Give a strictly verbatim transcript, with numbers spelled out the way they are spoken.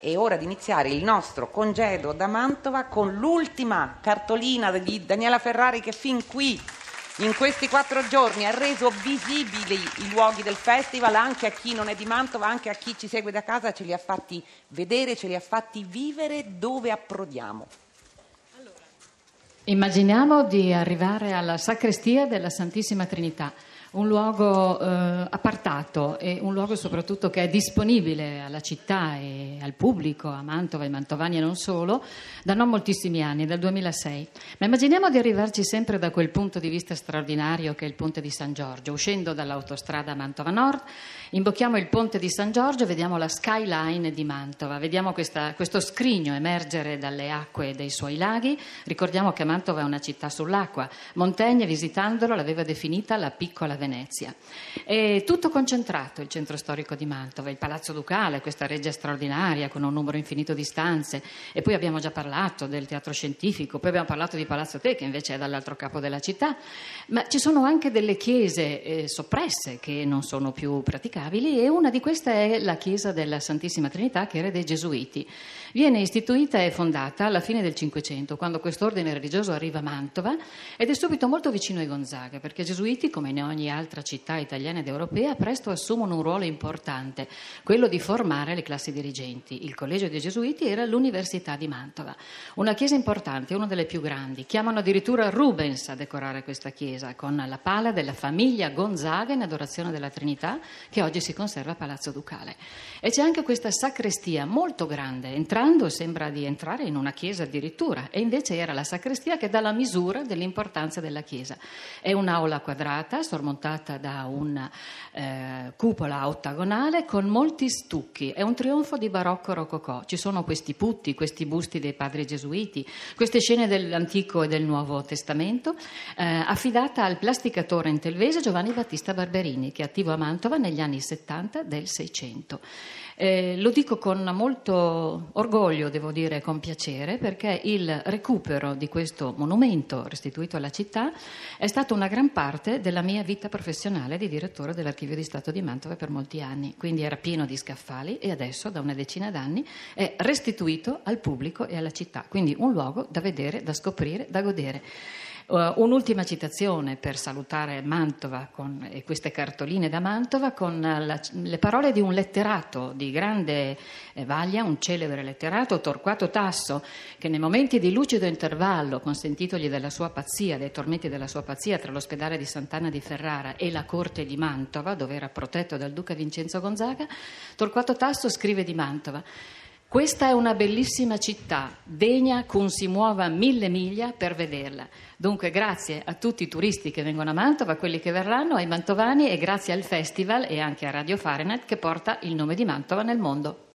È ora di iniziare il nostro congedo da Mantova con l'ultima cartolina di Daniela Ferrari, che fin qui, in questi quattro giorni, ha reso visibili i luoghi del festival anche a chi non è di Mantova, anche a chi ci segue da casa, ce li ha fatti vedere, ce li ha fatti vivere. Dove approdiamo? Immaginiamo di arrivare alla sacrestia della Santissima Trinità, un luogo eh, appartato e un luogo soprattutto che è disponibile alla città e al pubblico, a Mantova, ai mantovani e non solo, da non moltissimi anni, dal duemilasei. Ma immaginiamo di arrivarci sempre da quel punto di vista straordinario che è il Ponte di San Giorgio. Uscendo dall'autostrada Mantova Nord, imbocchiamo il Ponte di San Giorgio e vediamo la skyline di Mantova, vediamo questa, questo scrigno emergere dalle acque dei suoi laghi. Ricordiamo che Mantova è una città sull'acqua. Montaigne, visitandolo, l'aveva definita la piccola Venezia. È tutto concentrato il centro storico di Mantova, il Palazzo Ducale, questa reggia straordinaria con un numero infinito di stanze, e poi abbiamo già parlato del teatro scientifico, poi abbiamo parlato di Palazzo Te, che invece è dall'altro capo della città, ma ci sono anche delle chiese eh, soppresse che non sono più praticabili, e una di queste è la chiesa della Santissima Trinità, che era dei Gesuiti. Viene istituita e fondata alla fine del Cinquecento, quando quest'ordine religioso arriva a Mantova, ed è subito molto vicino ai Gonzaga, perché i Gesuiti, come in ogni altra città italiana ed europea, presto assumono un ruolo importante, quello di formare le classi dirigenti. Il Collegio dei Gesuiti era l'Università di Mantova, una chiesa importante, una delle più grandi. Chiamano addirittura Rubens a decorare questa chiesa, con la pala della famiglia Gonzaga in adorazione della Trinità, che oggi si conserva a Palazzo Ducale. E c'è anche questa sacrestia molto grande. Entrando sembra di entrare in una chiesa addirittura, e invece era la sacrestia che dà la misura dell'importanza della chiesa. È un'aula quadrata sormontata da una eh, cupola ottagonale con molti stucchi. È un trionfo di barocco rococò. Ci sono questi putti, questi busti dei padri gesuiti, queste scene dell'Antico e del Nuovo Testamento, eh, affidata al plasticatore intelvese Giovanni Battista Barberini, che è attivo a Mantova negli anni settanta del Seicento. Eh, lo dico con molto orgoglio, devo dire con piacere, perché il recupero di questo monumento restituito alla città è stato una gran parte della mia vita professionale di direttore dell'Archivio di Stato di Mantova per molti anni. Quindi era pieno di scaffali, e adesso da una decina d'anni è restituito al pubblico e alla città, quindi un luogo da vedere, da scoprire, da godere. Uh, un'ultima citazione per salutare Mantova con, e queste cartoline da Mantova, con la, le parole di un letterato di grande eh, vaglia, un celebre letterato, Torquato Tasso, che nei momenti di lucido intervallo consentitogli della sua pazzia, dei tormenti della sua pazzia, tra l'ospedale di Sant'Anna di Ferrara e la corte di Mantova, dove era protetto dal duca Vincenzo Gonzaga, Torquato Tasso scrive di Mantova: «Questa è una bellissima città, degna cun si muova mille miglia per vederla». Dunque grazie a tutti i turisti che vengono a Mantova, a quelli che verranno, ai mantovani, e grazie al festival e anche a Radio Fahrenheit, che porta il nome di Mantova nel mondo.